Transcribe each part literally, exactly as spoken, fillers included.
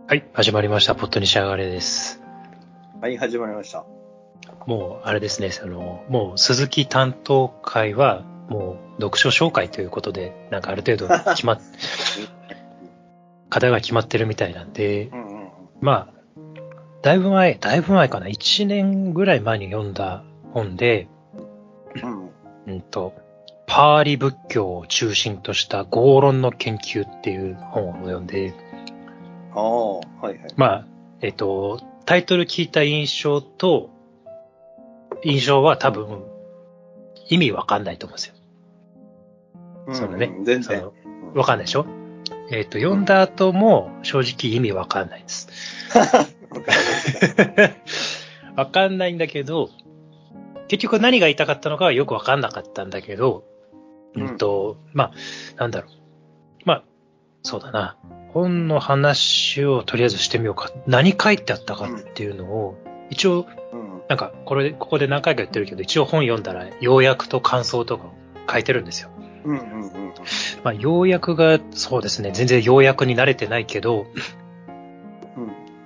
はい、始まりました。ポットに仕上がれです。 はい、始まりました。 もう、あれですね、その、もう、鈴木担当会は、もう、読書紹介ということで、なんかある程度決まっ、課題が決まってるみたいなんで、うんうんうん、まあ、だいぶ前、だいぶ前かな、いちねんぐらい前に読んだ本で、うん、うんと、パーリ仏教を中心とした合論の研究っていう本を読んで、 ああ、はいはい。 まあ、えっと、タイトル聞いた印象と、印象は多分、意味わかんないと思うんですよ。うん、そのね、全然。わかんないでしょ？えっと、読んだ後も正直意味わかんないです。わかんないんだけど、結局何が言いたかったのかはよくわかんなかったんだけど、うんと、まあ、なんだろう。まあ、そうだな。本の話をとりあえずしてみようか。何書いてあったかっていうのを、一応、なんか、これ、ここで何回か言ってるけど、一応本読んだら、要約と感想とかを書いてるんですよ。うんうんうんうん。まあ、要約が、そうですね、全然要約に慣れてないけど、うん。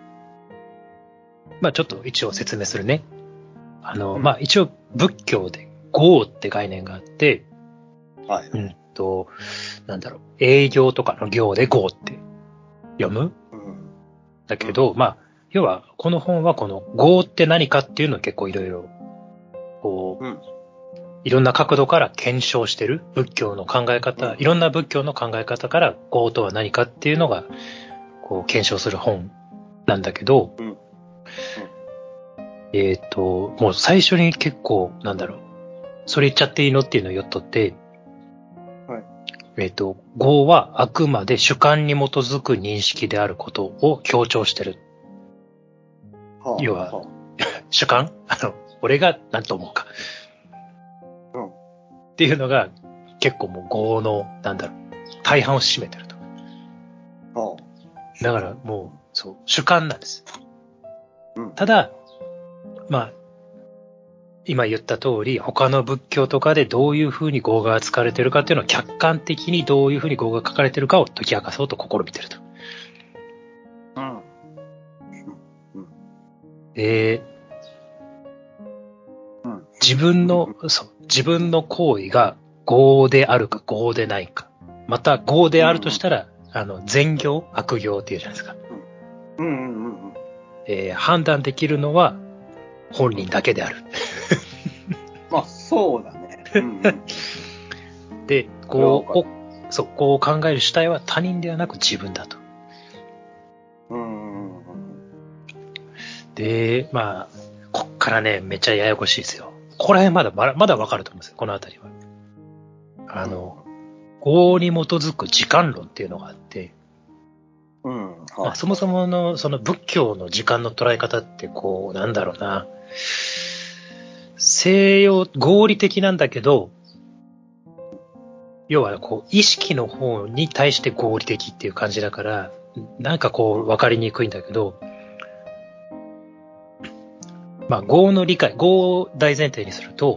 まあ、ちょっと一応説明するね。あの、うん、まあ、一応、仏教で、業って概念があって、はい。うんと、なんだろう、営業とかの業で業って読む、うん、だけど、うん、まあ、要は、この本はこの業って何かっていうのを結構いろいろ、こう、うん、いろんな角度から検証してる仏教の考え方、うん、いろんな仏教の考え方から業とは何かっていうのが、こう、検証する本なんだけど、うんうん、えっと、もう最初に結構、なんだろう、それ言っちゃっていいのっていうのを言っとって、はい、えっと、業はあくまで主観に基づく認識であることを強調してる。はあ、要は、はあ、主観あの、俺が何と思うか。うん。っていうのが結構もう業の、なんだろう、大半を占めてると。はあ、だからもう、そう、主観なんです。うん、ただ、まあ、今言った通り、他の仏教とかでどういうふうに業が扱われてるかっていうのを客観的にどういうふうに業が書かれてるかを解き明かそうと試みてると。うん。うん、で、うん、自分の、そう、自分の行為が業であるか業でないか。また業であるとしたら、うん、あの、善行、悪行っていうじゃないですか。うんうんうんうん。えー、判断できるのは本人だけである。 まあ、そうだね。うんうん、 で、こう、そう、こう考える主体は他人ではなく自分だと。うんうん、で、まあ、こっからね、めっちゃややこしいですよ。ここら辺まだ、まだわかると思うんですよ、このあたりは。あの、業に基づく時間論っていうのがあって、うんはいまあ、そもそものその仏教の時間の捉え方ってこう、なんだろうな、西洋、合理的なんだけど、要はこう、意識の方に対して合理的っていう感じだから、なんかこう、わかりにくいんだけど、まあ、業の理解、業を大前提にすると、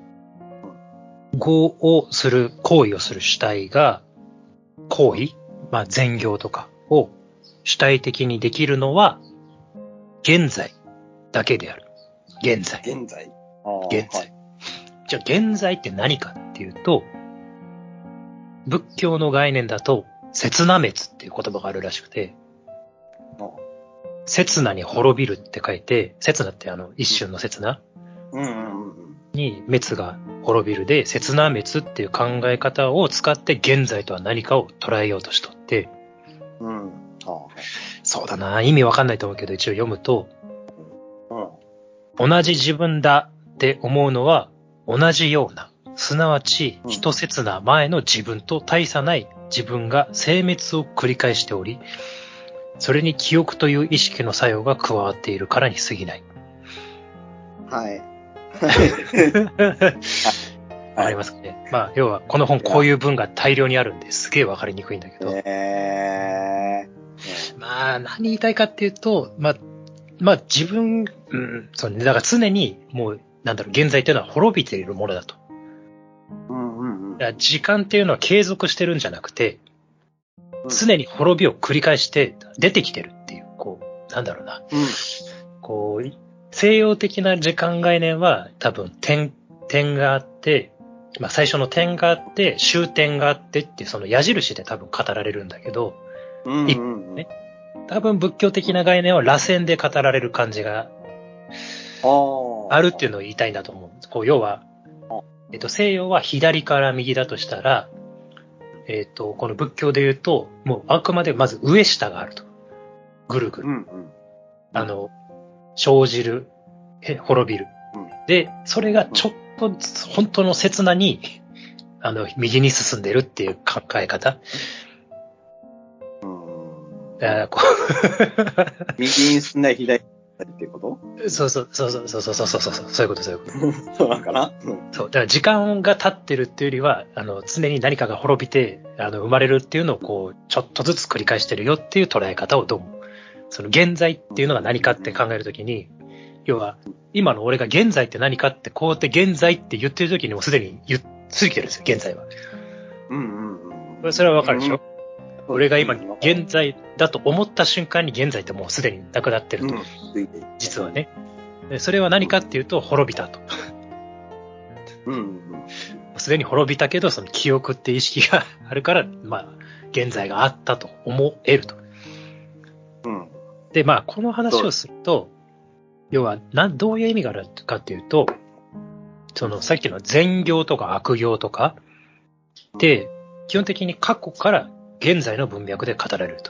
業をする、行為をする主体が、行為、まあ、善行とかを主体的にできるのは、現在だけである。現在。 現在。 現在。はい、じゃあ、現在って何かっていうと、仏教の概念だと、刹那滅っていう言葉があるらしくて、刹那に滅びるって書いて、刹那ってあの、一瞬の刹那、うんうんうん、に滅が滅びるで、刹那滅っていう考え方を使って現在とは何かを捉えようとしとって、うん、あそうだな、意味わかんないと思うけど一応読むと、うん、同じ自分だって思うのは同じような、すなわち一刹那前の自分と大差ない自分が生滅を繰り返しており、それに記憶という意識の作用が加わっているからに過ぎない。 はい。 わかりますかね。まあ、要は、この本こういう文が大量にあるんですげえわかりにくいんだけど。えー、まあ、何言いたいかっていうと、まあ、まあ自分、うん、そうね。だから常にもう、なんだろう、現在っていうのは滅びているものだと。うんうんうん。だから時間っていうのは継続してるんじゃなくて、常に滅びを繰り返して出てきてるっていうなんだろうな。 うん。 こう、西洋的な時間概念は多分点、点があって、まあ最初の点があって、終点があってっていうその矢印で多分語られるんだけど、 うんうんうん。 ね、多分仏教的な概念は螺旋で語られる感じがあるっていうのを言いたいんだと思う。こう要は、えっと、西洋は左から右だとしたら、えっと、この仏教で言うと、もうあくまでまず上下があると。ぐるぐる。 うんうん。 あの、生じる、へ滅びる。 うん、 で、それがちょっとずつ本当の刹那に、あの、右に進んでるっていう考え方。 うん。 あこう右に進んだり左に進んだりっていうこと？ そうそうそうそうそうそうそうそうそうそういうことそういうこと。そうなんかな、うん、 そう。だから時間が経ってるっていうよりは、あの、常に何かが滅びて、あの、生まれるっていうのをこう、ちょっとずつ繰り返してるよっていう捉え方をどうも。その現在っていうのが何かって考えるときに、要は、今の俺が現在って何かってこうやって現在って言ってるときにもうすでに言っ過ぎてるんですよ、現在は。 うんうんうん。 それはわかるでしょ、うん、俺が今、 うん、 現在だと思った瞬間に現在ってもうすでになくなってると。 うん、 実はね。それは何かっていうと、滅びたと。 うんうん。 すでに滅びたけど、その記憶って意識があるから、まあ、現在があったと思えると。 うん。 で、まあ、この話をすると、要は、なん、どういう意味があるかっていうと、その、さっきの善行とか悪行とかで、基本的に過去から現在の文脈で語られると。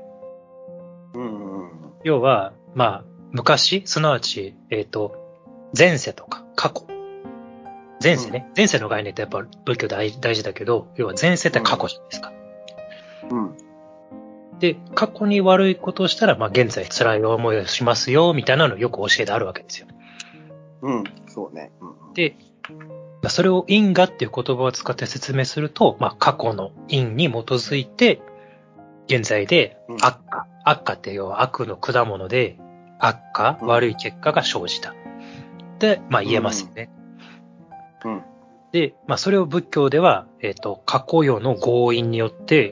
うんうん。 要は、まあ、昔、すなわち、えっと、前世とか過去。前世ね。うん、前世の概念ってやっぱ仏教大大事だけど、要は前世って過去じゃないですか。 うん。 で、過去に悪いことをしたら、まあ現在辛い思いをしますよ、みたいなのをよく教えてあるわけですよ。 うん、そうね。 うん、で、それを因果っていう言葉を使って説明すると、まあ過去の因に基づいて、現在で悪化、うん、悪化って要は悪の果物で、悪化、うん、悪い結果が生じた。で、まあ言えますよね。 うん。うん、 で、まあそれを仏教では、えっと、過去世の業因によって、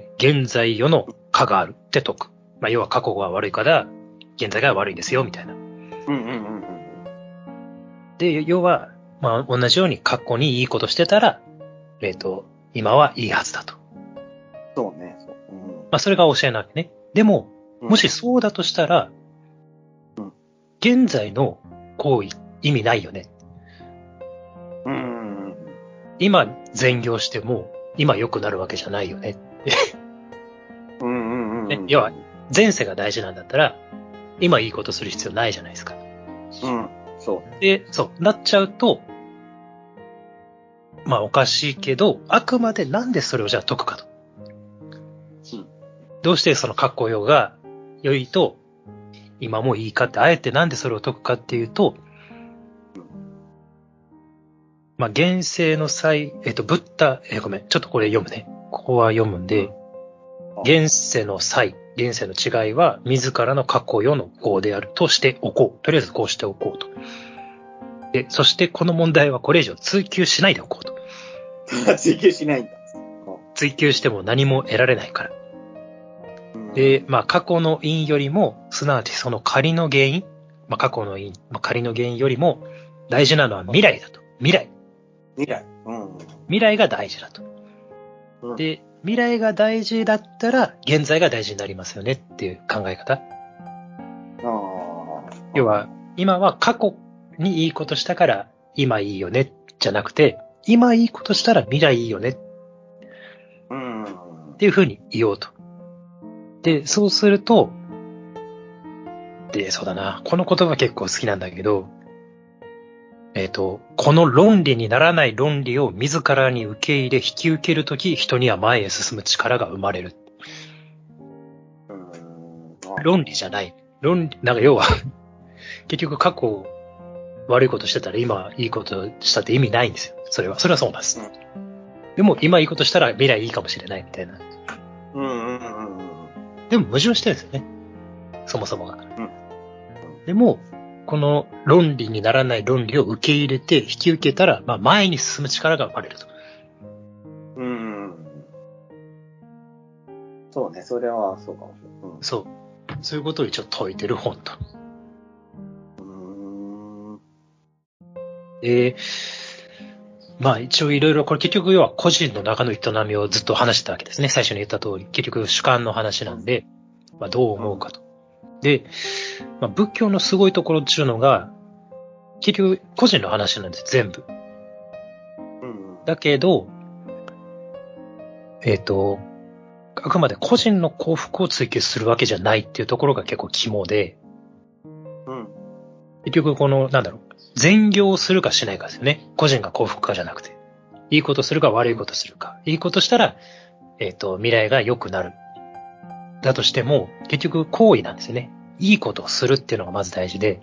現在世の果があるって説く。まあ要は過去が悪いから、現在が悪いですよ、みたいな。うんうんうんうん。 で、要は、まあ同じように過去にいいことしてたら、えっと、今はいいはずだと。 そうね。そう。うん、 まあそれが教えなわけね。でも、もしそうだとしたら、うん、現在の行為、意味ないよね。 うん。 今、善行しても、今良くなるわけじゃないよねって。 うんうんうん、 ね。要は、前世が大事なんだったら、今いいことする必要ないじゃないですか。 うん。そう。 で、そう、なっちゃうと、まあおかしいけど、あくまでなんでそれをじゃあ解くかと。うん。どうしてその過去世が良いと、今もいいかって、あえてなんでそれを解くかっていうと、まあ現世の際、えっと、ブッダ、えー、ごめん、ちょっとこれ読むね。ここは読むんで、現世の際、現世の違いは、自らの過去世の業であるとしておこう。とりあえずこうしておこうと。で、そしてこの問題はこれ以上追求しないでおこうと。 追求しないんだ。 追求しても何も得られないから。で、まあ過去の因よりも、すなわちその仮の原因、まあ過去の因、まあ、仮の原因よりも大事なのは未来だと。未来。 未来。うん、 未来が大事だと。うん、で、未来が大事だったら、現在が大事になりますよねっていう考え方。 あ要は、今は過去にいいことしたから、今いいよね、じゃなくて、今いいことしたら未来いいよね。 うん。 っていうふうに言おうと。で、そうすると、で、そうだな。この言葉結構好きなんだけど、えっと、この論理にならない論理を自らに受け入れ、引き受けるとき、人には前へ進む力が生まれる。 うん、 論理じゃない。論理、なんか要は、結局過去悪いことしてたら今いいことしたって意味ないんですよ。それは、それはそうなんです。うん、でも今いいことしたら未来いいかもしれないみたいな。 うんうんうんうん。 でも矛盾してるんですよね。そもそもが。 うん、 でも、この論理にならない論理を受け入れて引き受けたら、まあ前に進む力が生まれると。 うん。そうね、それはそうかもしれない。うん、 そう。 そういうことを一応説いてる本と。 うーん。 で、まあ一応いろいろ、これ結局要は個人の中の営みをずっと話してたわけですね。最初に言った通り。結局主観の話なんで、まあどう思うかと。で、まあ、仏教のすごいところっていうのが、結局個人の話なんです、全部。だけど、えっと、あくまで個人の幸福を追求するわけじゃないっていうところが結構肝で、 うん、 結局この、なんだろう、善行をするかしないかですよね。個人が幸福かじゃなくて。いいことするか悪いことするか。いいことしたら、えっと、未来が良くなる。だとしても、結局行為なんですよね。いいことをするっていうのがまず大事で。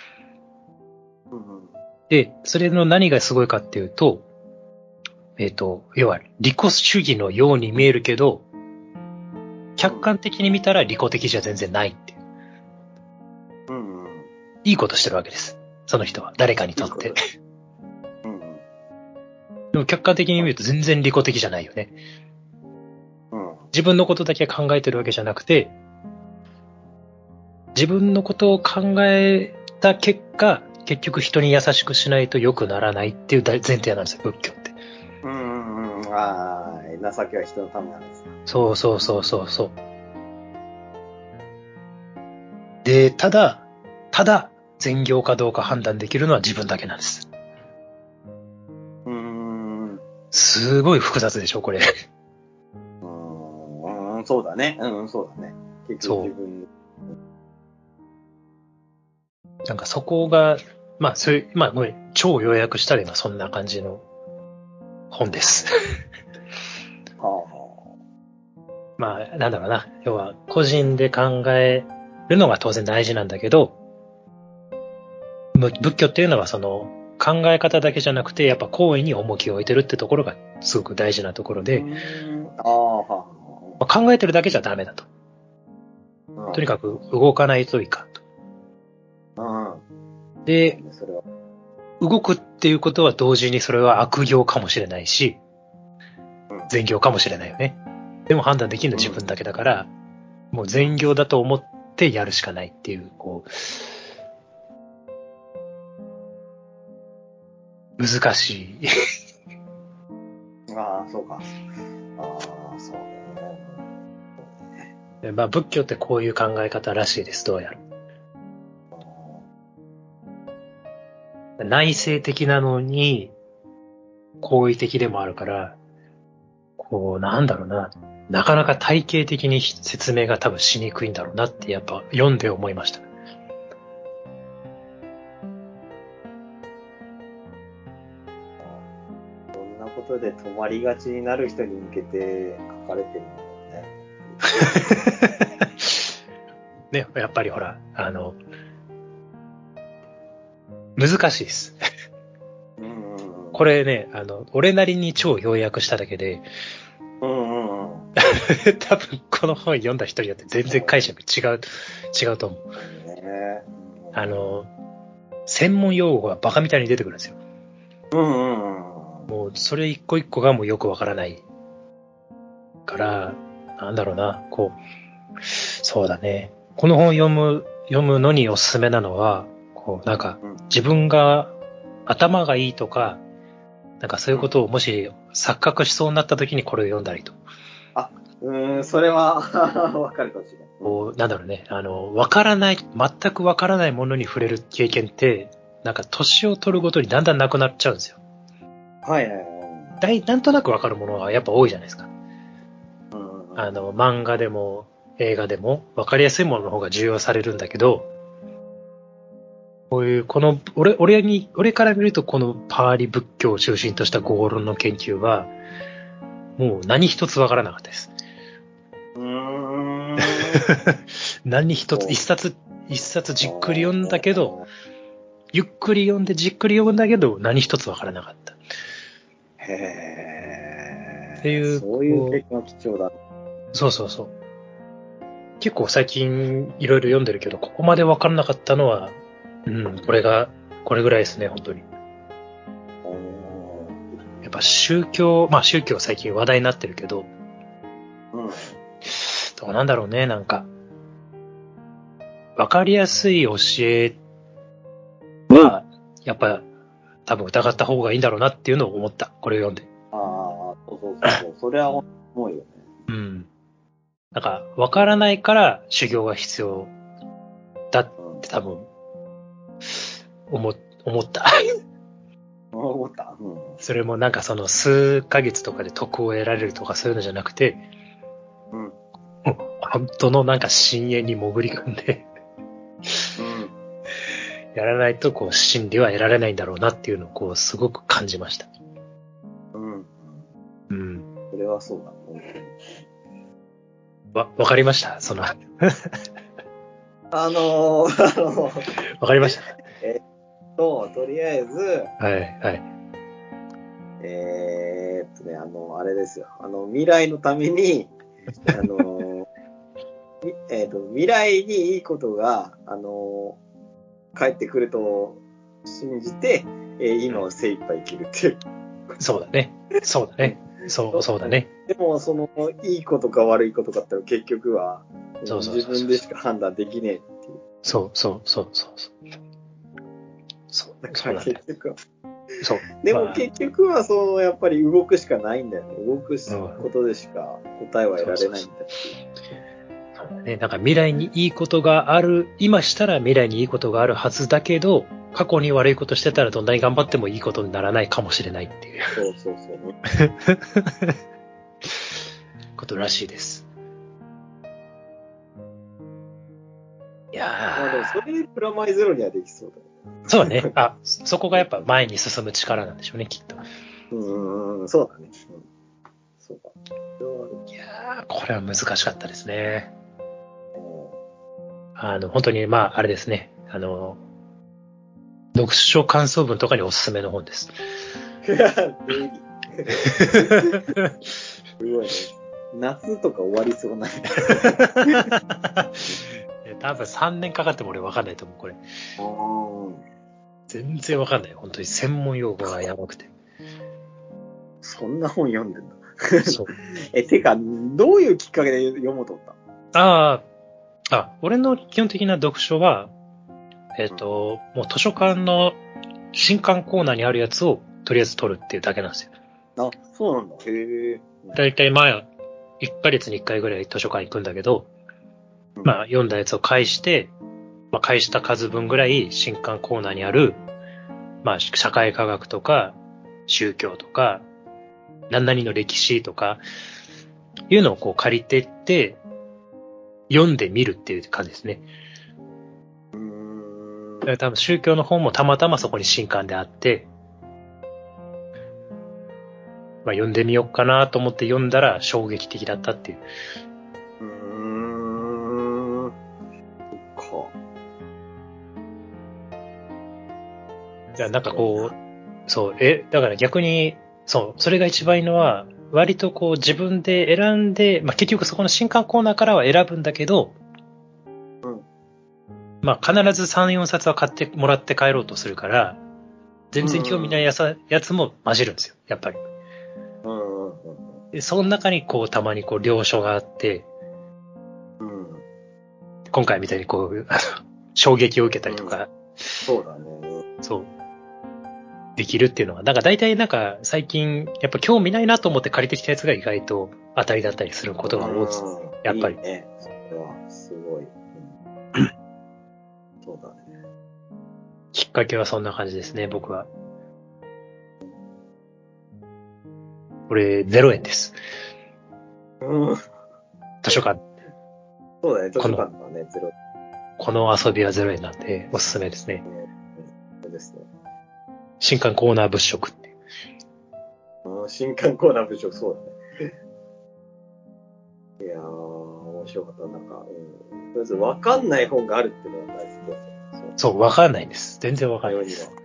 で、それの何がすごいかっていうと、えっと、要は利己主義のように見えるけど、客観的に見たら利己的じゃ全然ないっていう。 うんうん、 いいことしてるわけです。その人は。誰かにとって。 うんうん、 でも客観的に見ると全然利己的じゃないよね。うん、自分のことだけ考えてるわけじゃなくて、自分のことを考えた結果、結局人に優しくしないと良くならないっていう前提なんですよ、仏教って。 うんうんうん。ああ、情けは人のためなんです。 そうそうそうそうそう。で、ただ、ただ、善行かどうか判断できるのは自分だけなんです。 うーん。 すごい複雑でしょ、これ。 うーん、そうだね。うん、そうだね。結局自分。 なんかそこが、まあ、そういう、まあ、ごめん、超要約したら今そんな感じの本です。はあはあ、まあ、なんだろうな。要は、個人で考えるのが当然大事なんだけど、仏教っていうのはその考え方だけじゃなくて、やっぱ行為に重きを置いてるってところがすごく大事なところで、ああ、まあ、考えてるだけじゃダメだと。とにかく動かないといかんと。で、動くっていうことは同時にそれは悪行かもしれないし、善行かもしれないよね。でも判断できるのは自分だけだから、もう善行だと思ってやるしかないっていう、こう、難しい。 ああ、そうか。ああ、そうね。まあ仏教ってこういう考え方らしいです、どうやら。内省的なのに、好意的でもあるから、こう、なんだろうな。なかなか体系的に説明が多分しにくいんだろうなってやっぱ読んで思いました。 そんなことで止まりがちになる人に向けて書かれてるんだよね。ね、やっぱりほら、あの、難しいです。これね、あの、俺なりに超要約しただけで、うんうんうん、多分この本読んだ人によって全然解釈違う、違うと思う。ね、あの、専門用語がバカみたいに出てくるんですよ。うんうんうん、もうそれ一個一個がもうよくわからないから、なんだろうな、こう、そうだね。この本を読む、読むのにおすすめなのは、こう、なんか、自分が頭がいいとか、なんかそういうことをもし錯覚しそうになった時にこれを読んだりと。 あ、うーん、それはわかるかもしれない。 こう、なんだろうね。あの、わからない、全くわからないものに触れる経験って、なんか年を取るごとにだんだんなくなっちゃうんですよ。はいはいはい。だい、なんとなくわかるものがやっぱ多いじゃないですか。うんうん、あの、漫画でも映画でもわかりやすいものの方が重要されるんだけど、こういう、この、俺、俺に、俺から見るとこのパーリ仏教を中心とした合論の研究は、もう何一つわからなかったです。うーん何一つ、一冊、一冊じっくり読んだけど、ゆっくり読んでじっくり読んだけど、何一つわからなかった。へー。っていう。 そういう結果が貴重だ。 そうそうそう。結構最近いろいろ読んでるけど、ここまでわからなかったのは、うん、これが、これぐらいですね、本当に。やっぱ宗教、まあ宗教最近話題になってるけど、うん。どうなんだろうね、なんか。 わかりやすい教えは、やっぱ、多分疑った方がいいんだろうなっていうのを思った。これを読んで。 ああ、そうそうそうそう。それは思うよね。 うん。なんか、わからないから修行が必要だって多分、思、思った。 思った、うん、 それもなんかその数ヶ月とかで徳を得られるとかそういうのじゃなくて、うん。本当のなんか深淵に潜り込んで、うん、やらないとこう真理は得られないんだろうなっていうのをこうすごく感じました。 うん。 うん。 それはそうだ。 わ、わかりましたその。 あのー、あのわかりましたえっと、とりあえず、 はい、はい。 えー、っとね、あの、あれですよ。あの、未来のために、あの、えー、っと、未来にいいことが、あの、返ってくると信じて、えー、今を精一杯生きるっていう。 そうだね。そうだね。そう、そうだね。 でも、その、いいことか悪いことかって結局は、 そうそうそうそう自分でしか判断できねえっていう。 そうそうそうそうそう。そう。 だから結局は。 そう。 でも結局は、その、やっぱり動くしかないんだよね。動くことでしか答えは得られないんだよ。 そうだね。なんか未来にいいことがある、今したら未来にいいことがあるはずだけど、過去に悪いことしてたらどんなに頑張ってもいいことにならないかもしれないっていう。 そうそうそう。 ことらしいです。いやー。 まあでもそれでプラマイゼロにはできそうだよ。 そうだね。あ、そこがやっぱ前に進む力なんでしょうね、きっと。 うん、そうだね。うん、そうか。 いやー、これは難しかったですね。あの、本当に、まあ、あれですね。あの、読書感想文とかにおすすめの本です。 すごいね。夏とか終わりそうな。 多分さんねんかかっても俺分かんないと思う、これ。全然分かんない。本当に専門用語がやばくて。 そんな本読んでんだ。そう。え、てか、どういうきっかけで読もうと思った？ ああ、あ、俺の基本的な読書は、えっと、もう図書館の新刊コーナーにあるやつをとりあえず取るっていうだけなんですよ。 あ、そうなんだ。へえ。 だいたいまあ、いっかげつにいっかいぐらい図書館行くんだけど、うん、まあ、読んだやつを返して、まあ、返した数分ぐらい新刊コーナーにある、まあ、社会科学とか、宗教とか、何々の歴史とか、いうのをこう借りてって、読んでみるっていう感じですね。うーん。だから多分宗教の本もたまたまそこに新刊であって、まあ読んでみようかなと思って読んだら衝撃的だったっていう。うーん。そっか。じゃあなんかこう、そう、え、だから逆に、そう、それが一番いいのは、割とこう自分で選んで、まあ結局そこの新刊コーナーからは選ぶんだけど、うん。まあ必ずさん、よんさつは買ってもらって帰ろうとするから、全然興味ないやつ、やつも混じるんですよ、やっぱり。うんうん、でその中にこうたまにこう了承があって、うん、今回みたいにこう衝撃を受けたりとか、うん、 そうだね。 そう。できるっていうのは、なんか大体なんか最近やっぱ興味ないなと思って借りてきたやつが意外と当たりだったりすることが多いです。やっぱり。いいね。 それはすごい。うん、そうだね。 きっかけはそんな感じですね、僕は。これゼロえんです。うん。図書館。 そうだね、図書館だね、ゼロえん。 この遊びはゼロえんなんでおすすめですね。 そうですね。 新刊コーナー物色って。 うん、新刊コーナー物色、そうだね。いやー、面白かった。なんか、うん。とりあえず分かんない本があるっていうのが大好きです。 そう、分かんないんです。全然分かんないです。